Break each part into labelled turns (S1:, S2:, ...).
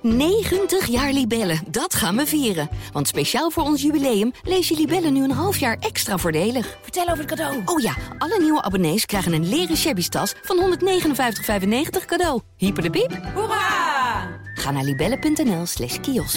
S1: 90 jaar Libellen, dat gaan we vieren. Want speciaal voor ons jubileum lees je Libellen nu een half jaar extra voordelig.
S2: Vertel over het cadeau.
S1: Oh ja, alle nieuwe abonnees krijgen een leren shabby tas van 159,95 cadeau. Hyper de piep.
S2: Hoera!
S1: Ga naar libellen.nl/kiosk.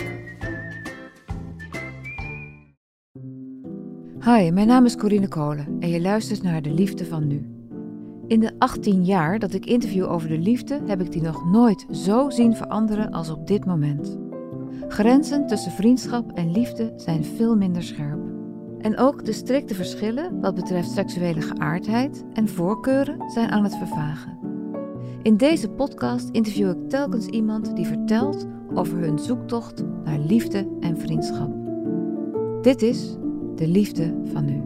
S3: Hi, mijn naam is Corine Kolen en je luistert naar De Liefde van Nu. In de 18 jaar dat ik interview over de liefde heb ik die nog nooit zo zien veranderen als op dit moment. Grenzen tussen vriendschap en liefde zijn veel minder scherp. En ook de strikte verschillen wat betreft seksuele geaardheid en voorkeuren zijn aan het vervagen. In deze podcast interview ik telkens iemand die vertelt over hun zoektocht naar liefde en vriendschap. Dit is De Liefde van Nu.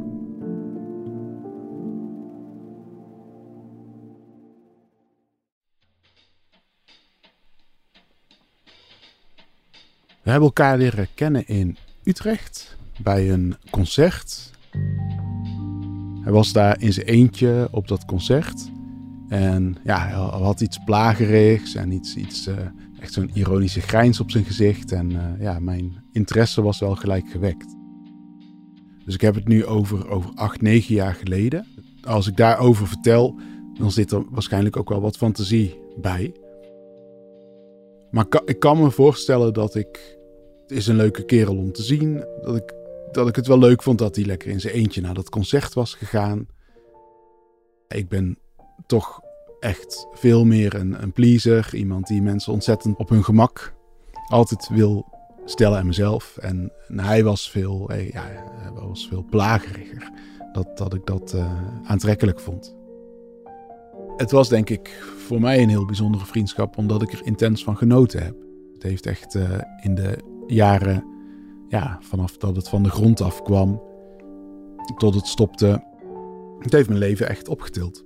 S4: We hebben elkaar leren kennen in Utrecht bij een concert. Hij was daar in zijn eentje op dat concert. En ja, hij had iets plagerigs en echt zo'n ironische grijns op zijn gezicht. En mijn interesse was wel gelijk gewekt. Dus ik heb het nu over 8, 9 jaar geleden. Als ik daarover vertel, dan zit er waarschijnlijk ook wel wat fantasie bij. Maar ik kan me voorstellen dat het is een leuke kerel om te zien. Dat ik het wel leuk vond dat hij lekker in zijn eentje naar dat concert was gegaan. Ik ben toch echt veel meer een pleaser. Iemand die mensen ontzettend op hun gemak altijd wil stellen aan mezelf. En hij was veel plageriger. Dat ik dat aantrekkelijk vond. Het was denk ik voor mij een heel bijzondere vriendschap, omdat ik er intens van genoten heb. Het heeft echt in de jaren, vanaf dat het van de grond af kwam, tot het stopte, het heeft mijn leven echt opgetild.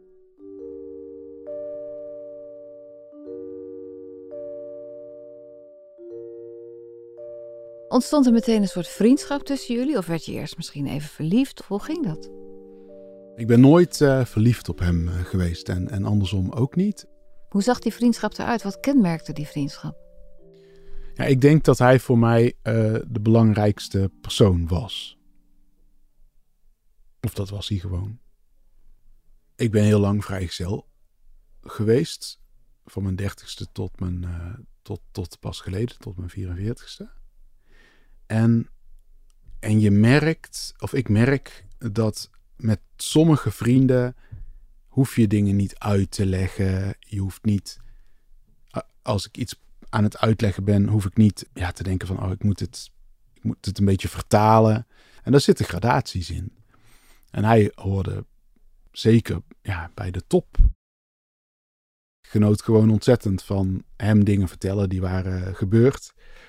S3: Ontstond er meteen een soort vriendschap tussen jullie? Of werd je eerst misschien even verliefd? Of hoe ging dat?
S4: Ik ben nooit verliefd op hem geweest en andersom ook niet.
S3: Hoe zag die vriendschap eruit? Wat kenmerkte die vriendschap?
S4: Ja, ik denk dat hij voor mij de belangrijkste persoon was. Of dat was hij gewoon. Ik ben heel lang vrijgezel geweest. Van mijn 30ste tot pas geleden, tot mijn 44ste. En je merkt, of ik merk, dat met sommige vrienden hoef je dingen niet uit te leggen. Je hoeft niet, als ik iets aan het uitleggen ben, hoef ik niet te denken van, ik moet het een beetje vertalen. En daar zitten gradaties in. En hij hoorde zeker bij de top. Ik genoot gewoon ontzettend van hem dingen vertellen die waren gebeurd.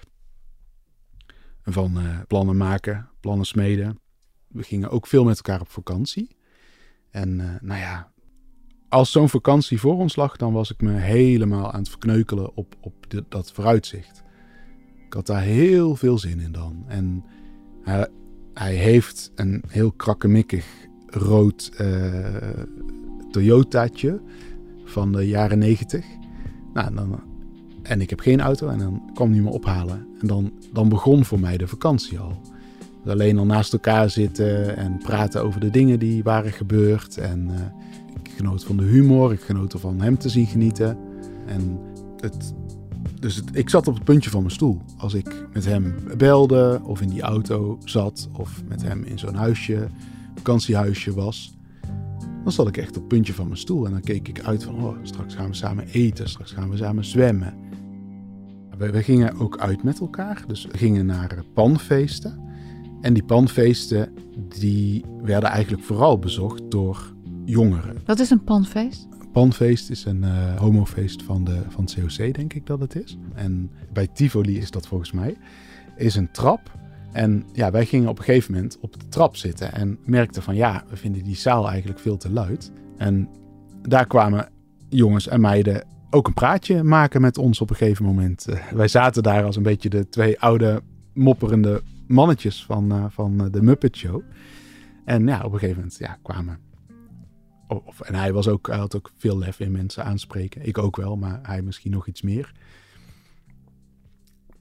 S4: En van plannen maken, plannen smeden. We gingen ook veel met elkaar op vakantie. En als zo'n vakantie voor ons lag, dan was ik me helemaal aan het verkneukelen op dat vooruitzicht. Ik had daar heel veel zin in dan. En hij heeft een heel krakkemikkig rood Toyotaatje van de jaren 90. En ik heb geen auto en dan kwam hij me ophalen. En dan begon voor mij de vakantie al. Alleen al naast elkaar zitten en praten over de dingen die waren gebeurd. En ik genoot van de humor, ik genoot ervan hem te zien genieten. En ik zat op het puntje van mijn stoel. Als ik met hem belde of in die auto zat of met hem in zo'n vakantiehuisje was, dan zat ik echt op het puntje van mijn stoel. En dan keek ik uit van, straks gaan we samen eten, straks gaan we samen zwemmen. We gingen ook uit met elkaar, dus we gingen naar panfeesten. En die panfeesten, die werden eigenlijk vooral bezocht door jongeren.
S3: Wat is een panfeest?
S4: Een panfeest is een homofeest van het COC, denk ik dat het is. En bij Tivoli is dat volgens mij, is een trap. En wij gingen op een gegeven moment op de trap zitten en merkten van, we vinden die zaal eigenlijk veel te luid. En daar kwamen jongens en meiden ook een praatje maken met ons op een gegeven moment. Wij zaten daar als een beetje de 2 oude mopperende mannetjes van de Muppet Show. En op een gegeven moment kwamen. En hij had ook veel lef in mensen aanspreken. Ik ook wel, maar hij misschien nog iets meer.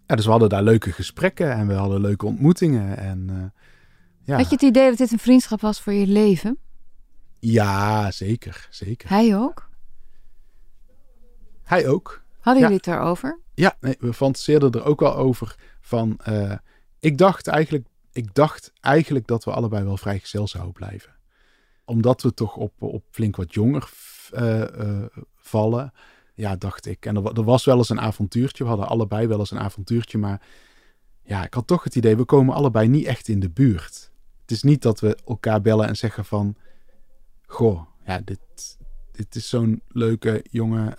S4: Ja, dus we hadden daar leuke gesprekken en we hadden leuke ontmoetingen. En, ja.
S3: Had je het idee dat dit een vriendschap was voor je leven?
S4: Ja, zeker.
S3: Hij ook?
S4: Hij ook.
S3: Hadden jullie het daarover?
S4: Ja, nee, we fantaseerden er ook wel over van... Ik dacht eigenlijk dat we allebei wel vrijgezel zouden blijven. Omdat we toch op flink wat jonger vallen. Ja, dacht ik. En er was wel eens een avontuurtje. We hadden allebei wel eens een avontuurtje. Maar ja, ik had toch het idee, we komen allebei niet echt in de buurt. Het is niet dat we elkaar bellen en zeggen van... Goh, ja, dit is zo'n leuke jongen.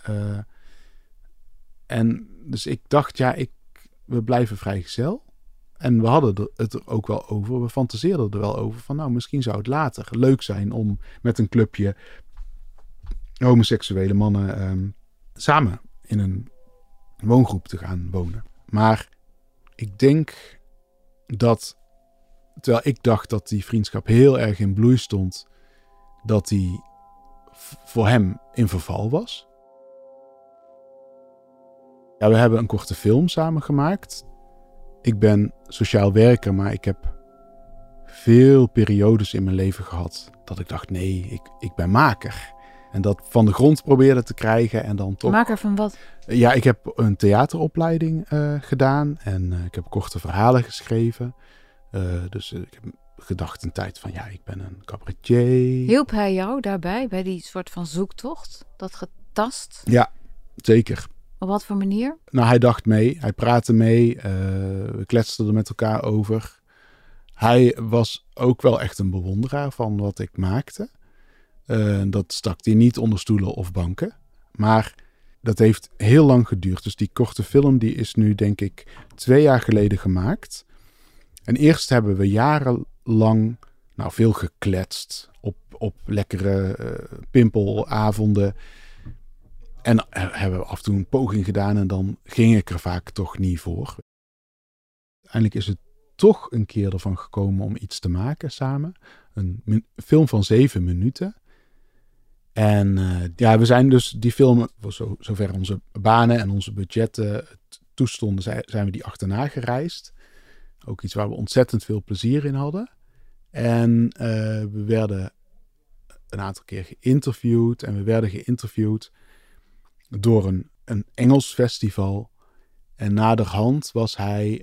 S4: En dus ik dacht, we blijven vrijgezel. En we hadden het er ook wel over. We fantaseerden er wel over van, nou, misschien zou het later leuk zijn om met een clubje homoseksuele mannen samen in een woongroep te gaan wonen. Maar ik denk dat, terwijl ik dacht dat die vriendschap heel erg in bloei stond, dat die voor hem in verval was. Ja, we hebben een korte film samen gemaakt. Ik ben sociaal werker, maar ik heb veel periodes in mijn leven gehad dat ik dacht, nee, ik ben maker. En dat van de grond probeerde te krijgen en dan toch...
S3: Maker van wat?
S4: Ja, ik heb een theateropleiding gedaan en ik heb korte verhalen geschreven. Dus ik heb gedacht een tijd van, ja, ik ben een cabaretier.
S3: Hielp hij jou daarbij, bij die soort van zoektocht? Dat getast?
S4: Ja, zeker.
S3: Op wat voor manier?
S4: Nou, hij dacht mee, hij praatte mee, we kletsten er met elkaar over. Hij was ook wel echt een bewonderaar van wat ik maakte. Dat stak hij niet onder stoelen of banken. Maar dat heeft heel lang geduurd. Dus die korte film die is nu, denk ik, 2 jaar geleden gemaakt. En eerst hebben we jarenlang veel gekletst op lekkere pimpelavonden. En hebben we af en toe een poging gedaan en dan ging ik er vaak toch niet voor. Uiteindelijk is het toch een keer ervan gekomen om iets te maken samen. Een film van 7 minuten. En we zijn dus die film, voor zover onze banen en onze budgetten toestonden, zijn we die achterna gereisd. Ook iets waar we ontzettend veel plezier in hadden. En we werden een aantal keer geïnterviewd. En we werden geïnterviewd door een Engels festival. En naderhand was hij...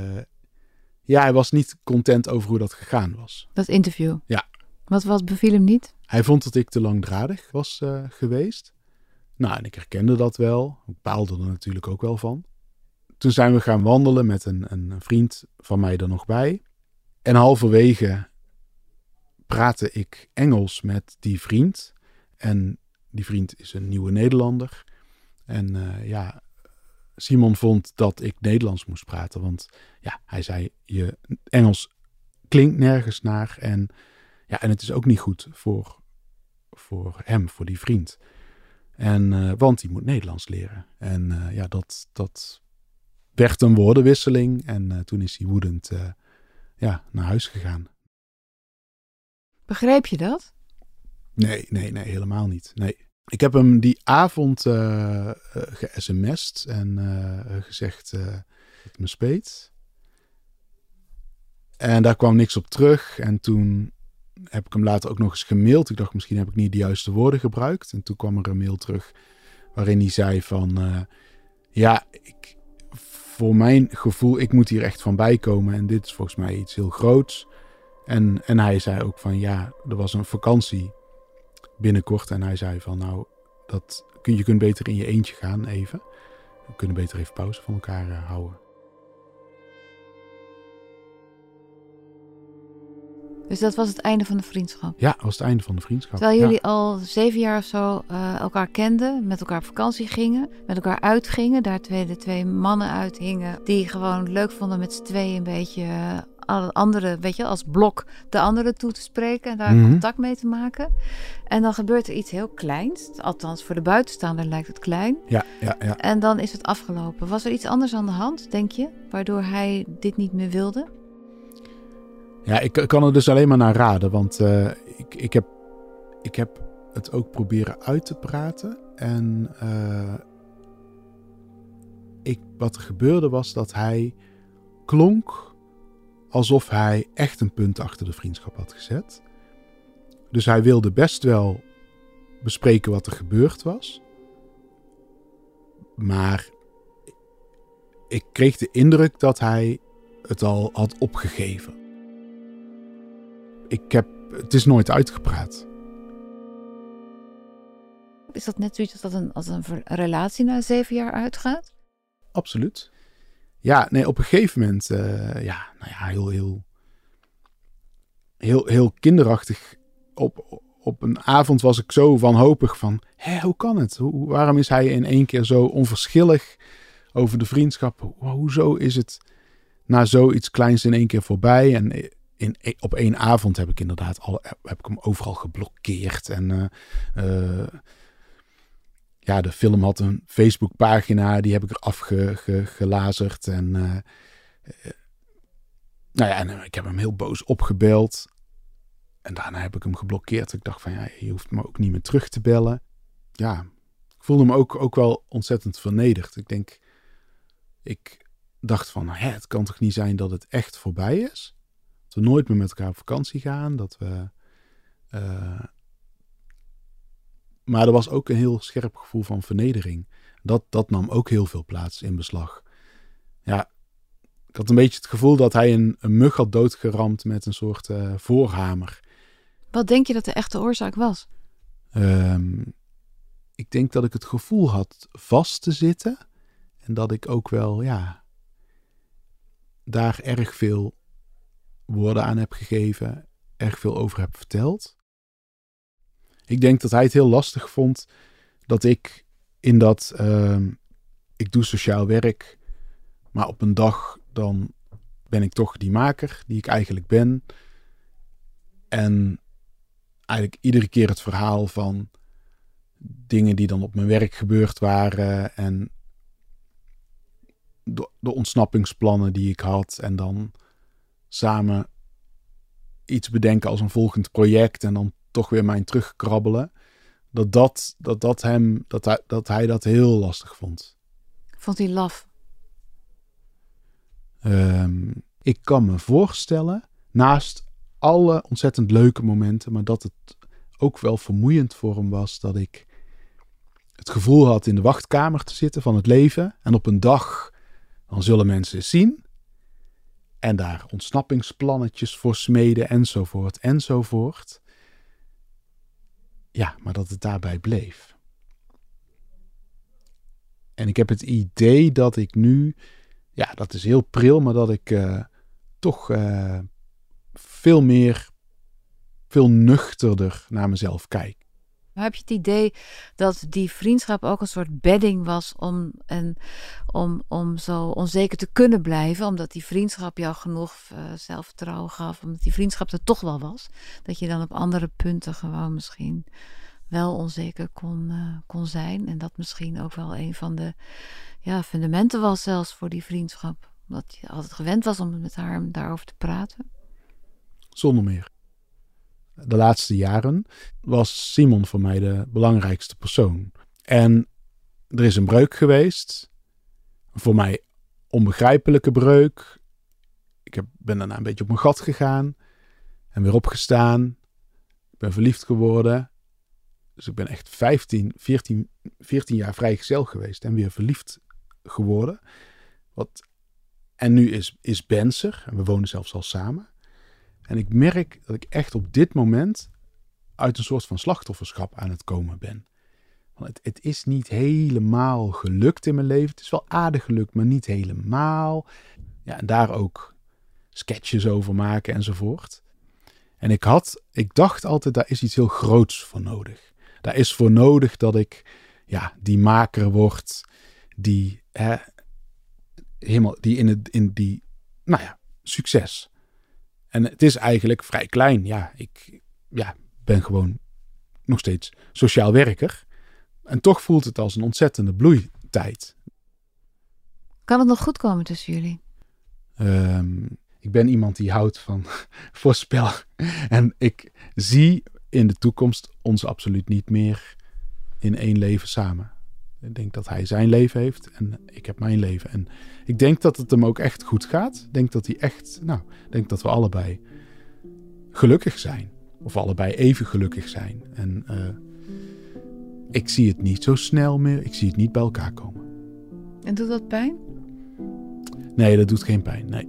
S4: hij was niet content over hoe dat gegaan was.
S3: Dat interview?
S4: Ja.
S3: Wat beviel hem niet?
S4: Hij vond dat ik te langdradig was geweest. Nou, en ik herkende dat wel. Ik baalde er natuurlijk ook wel van. Toen zijn we gaan wandelen met een vriend van mij er nog bij. En halverwege praatte ik Engels met die vriend. En die vriend is een nieuwe Nederlander. En Simon vond dat ik Nederlands moest praten. Want ja, hij zei, je Engels klinkt nergens naar. En het is ook niet goed voor hem, voor die vriend. En want hij moet Nederlands leren. En dat werd een woordenwisseling. En toen is hij woedend naar huis gegaan.
S3: Begreep je dat?
S4: Nee, helemaal niet. Nee. Ik heb hem die avond ge-sms'd en gezegd dat het me speet. En daar kwam niks op terug. En toen heb ik hem later ook nog eens gemaild. Ik dacht, misschien heb ik niet de juiste woorden gebruikt. En toen kwam er een mail terug waarin hij zei van... voor mijn gevoel, ik moet hier echt van bijkomen. En dit is volgens mij iets heel groots. En hij zei ook van, er was een vakantie binnenkort. En hij zei van, je kunt beter in je eentje gaan even. We kunnen beter even pauze van elkaar houden.
S3: Dus dat was het einde van de vriendschap?
S4: Ja, dat was het einde van de vriendschap.
S3: Terwijl jullie al 7 jaar of zo elkaar kenden, met elkaar op vakantie gingen, met elkaar uitgingen. Daar de 2 mannen uithingen die gewoon leuk vonden met z'n tweeën een beetje alle anderen, weet je, als blok de anderen toe te spreken en daar contact mee te maken. En dan gebeurt er iets heel kleins. Althans, voor de buitenstaander lijkt het klein.
S4: Ja.
S3: En dan is het afgelopen. Was er iets anders aan de hand, denk je, waardoor hij dit niet meer wilde?
S4: Ja, ik kan er dus alleen maar naar raden, want ik heb het ook proberen uit te praten. En wat er gebeurde was dat hij klonk alsof hij echt een punt achter de vriendschap had gezet. Dus hij wilde best wel bespreken wat er gebeurd was. Maar ik kreeg de indruk dat hij het al had opgegeven. Het is nooit uitgepraat.
S3: Is dat net zoiets als een relatie na 7 jaar uitgaat?
S4: Absoluut. Ja, nee, op een gegeven moment, heel kinderachtig. Op een avond was ik zo wanhopig van, hoe kan het? Waarom is hij in één keer zo onverschillig over de vriendschap? Hoezo is het na zoiets kleins in één keer voorbij? En op 1 avond heb ik inderdaad heb ik hem overal geblokkeerd. En de film had een Facebookpagina, die heb ik eraf gelazerd. En en ik heb hem heel boos opgebeld. En daarna heb ik hem geblokkeerd. Ik dacht van, je hoeft me ook niet meer terug te bellen. Ja, ik voelde me ook wel ontzettend vernederd. Ik dacht van, het kan toch niet zijn dat het echt voorbij is? Dat we nooit meer met elkaar op vakantie gaan. Dat we... Maar er was ook een heel scherp gevoel van vernedering. Dat nam ook heel veel plaats in beslag. Ja, ik had een beetje het gevoel dat hij een mug had doodgeramd met een soort voorhamer.
S3: Wat denk je dat de echte oorzaak was?
S4: Ik denk dat ik het gevoel had vast te zitten. En dat ik ook wel, daar erg veel woorden aan heb gegeven. Erg veel over heb verteld. Ik denk dat hij het heel lastig vond dat ik in dat... ik doe sociaal werk, maar op een dag dan ben ik toch die maker die ik eigenlijk ben. En eigenlijk iedere keer het verhaal van dingen die dan op mijn werk gebeurd waren en de ontsnappingsplannen die ik had en dan samen iets bedenken als een volgend project en dan toch weer mijn terugkrabbelen. Dat hij dat heel lastig vond.
S3: Vond hij laf?
S4: Ik kan me voorstellen, naast alle ontzettend leuke momenten, maar dat het ook wel vermoeiend voor hem was dat ik het gevoel had in de wachtkamer te zitten van het leven. En op een dag, dan zullen mensen het zien. En daar ontsnappingsplannetjes voor smeden enzovoort. Ja, maar dat het daarbij bleef. En ik heb het idee dat ik nu, dat is heel pril, maar dat ik toch veel nuchterder naar mezelf kijk.
S3: Maar heb je het idee dat die vriendschap ook een soort bedding was om zo onzeker te kunnen blijven? Omdat die vriendschap jou genoeg zelfvertrouwen gaf, omdat die vriendschap er toch wel was. Dat je dan op andere punten gewoon misschien wel onzeker kon zijn. En dat misschien ook wel een van de fundamenten was zelfs voor die vriendschap. Omdat je altijd gewend was om met haar daarover te praten.
S4: Zonder meer. De laatste jaren was Simon voor mij de belangrijkste persoon. En er is een breuk geweest. Voor mij onbegrijpelijke breuk. Ik ben daarna een beetje op mijn gat gegaan. En weer opgestaan. Ik ben verliefd geworden. Dus ik ben echt 14 jaar vrijgezel geweest. En weer verliefd geworden. En nu is Bens er. En we wonen zelfs al samen. En ik merk dat ik echt op dit moment uit een soort van slachtofferschap aan het komen ben. Want het is niet helemaal gelukt in mijn leven. Het is wel aardig gelukt, maar niet helemaal. Ja, en daar ook sketches over maken enzovoort. En ik dacht altijd, daar is iets heel groots voor nodig. Daar is voor nodig dat ik die maker word. Die succes. En het is eigenlijk vrij klein. Ja, ik ben gewoon nog steeds sociaal werker. En toch voelt het als een ontzettende bloeitijd.
S3: Kan het nog goed komen tussen jullie?
S4: Ik ben iemand die houdt van voorspel. En ik zie in de toekomst ons absoluut niet meer in één leven samen. Ik denk dat hij zijn leven heeft en ik heb mijn leven. En ik denk dat het hem ook echt goed gaat. Ik denk dat denk dat we allebei gelukkig zijn. Of allebei even gelukkig zijn. En ik zie het niet zo snel meer. Ik zie het niet bij elkaar komen.
S3: En doet dat pijn?
S4: Nee, dat doet geen pijn, nee.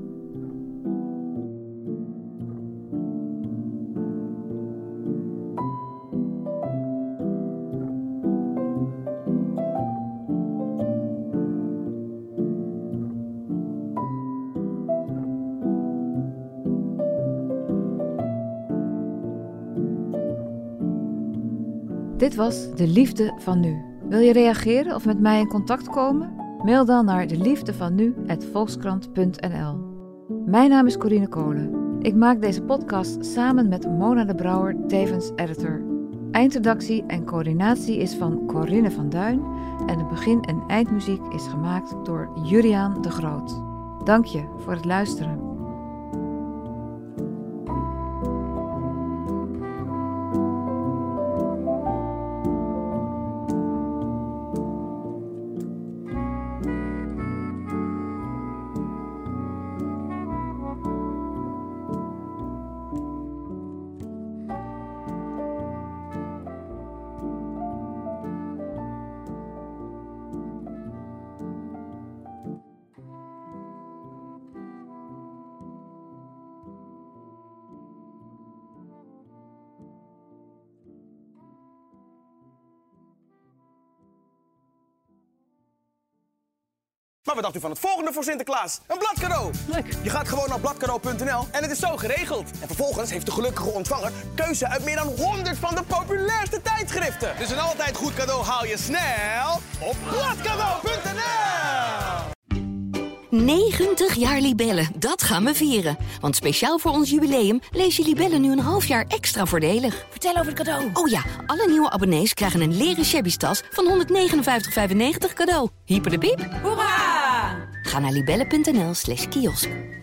S3: Dit was De Liefde van Nu. Wil je reageren of met mij in contact komen? Mail dan naar deliefdevannu@volkskrant.nl. Mijn naam is Corine Kolen. Ik maak deze podcast samen met Mona de Brouwer, tevens editor. Eindredactie en coördinatie is van Corinne van Duin en de begin- en eindmuziek is gemaakt door Juriaan de Groot. Dank je voor het luisteren.
S2: Maar wat dacht u van het volgende voor Sinterklaas? Een bladcadeau!
S3: Leuk.
S2: Je gaat gewoon naar bladcadeau.nl en het is zo geregeld. En vervolgens heeft de gelukkige ontvanger keuze uit meer dan 100 van de populairste tijdschriften. Dus een altijd goed cadeau haal je snel op bladcadeau.nl!
S1: 90 jaar Libellen, dat gaan we vieren. Want speciaal voor ons jubileum lees je Libellen nu een half jaar extra voordelig. Vertel over het cadeau. Oh ja, alle nieuwe abonnees krijgen een leren shabby tas van 159,95 cadeau. Hyper de piep. Hoera! Ga naar libellen.nl/kiosk.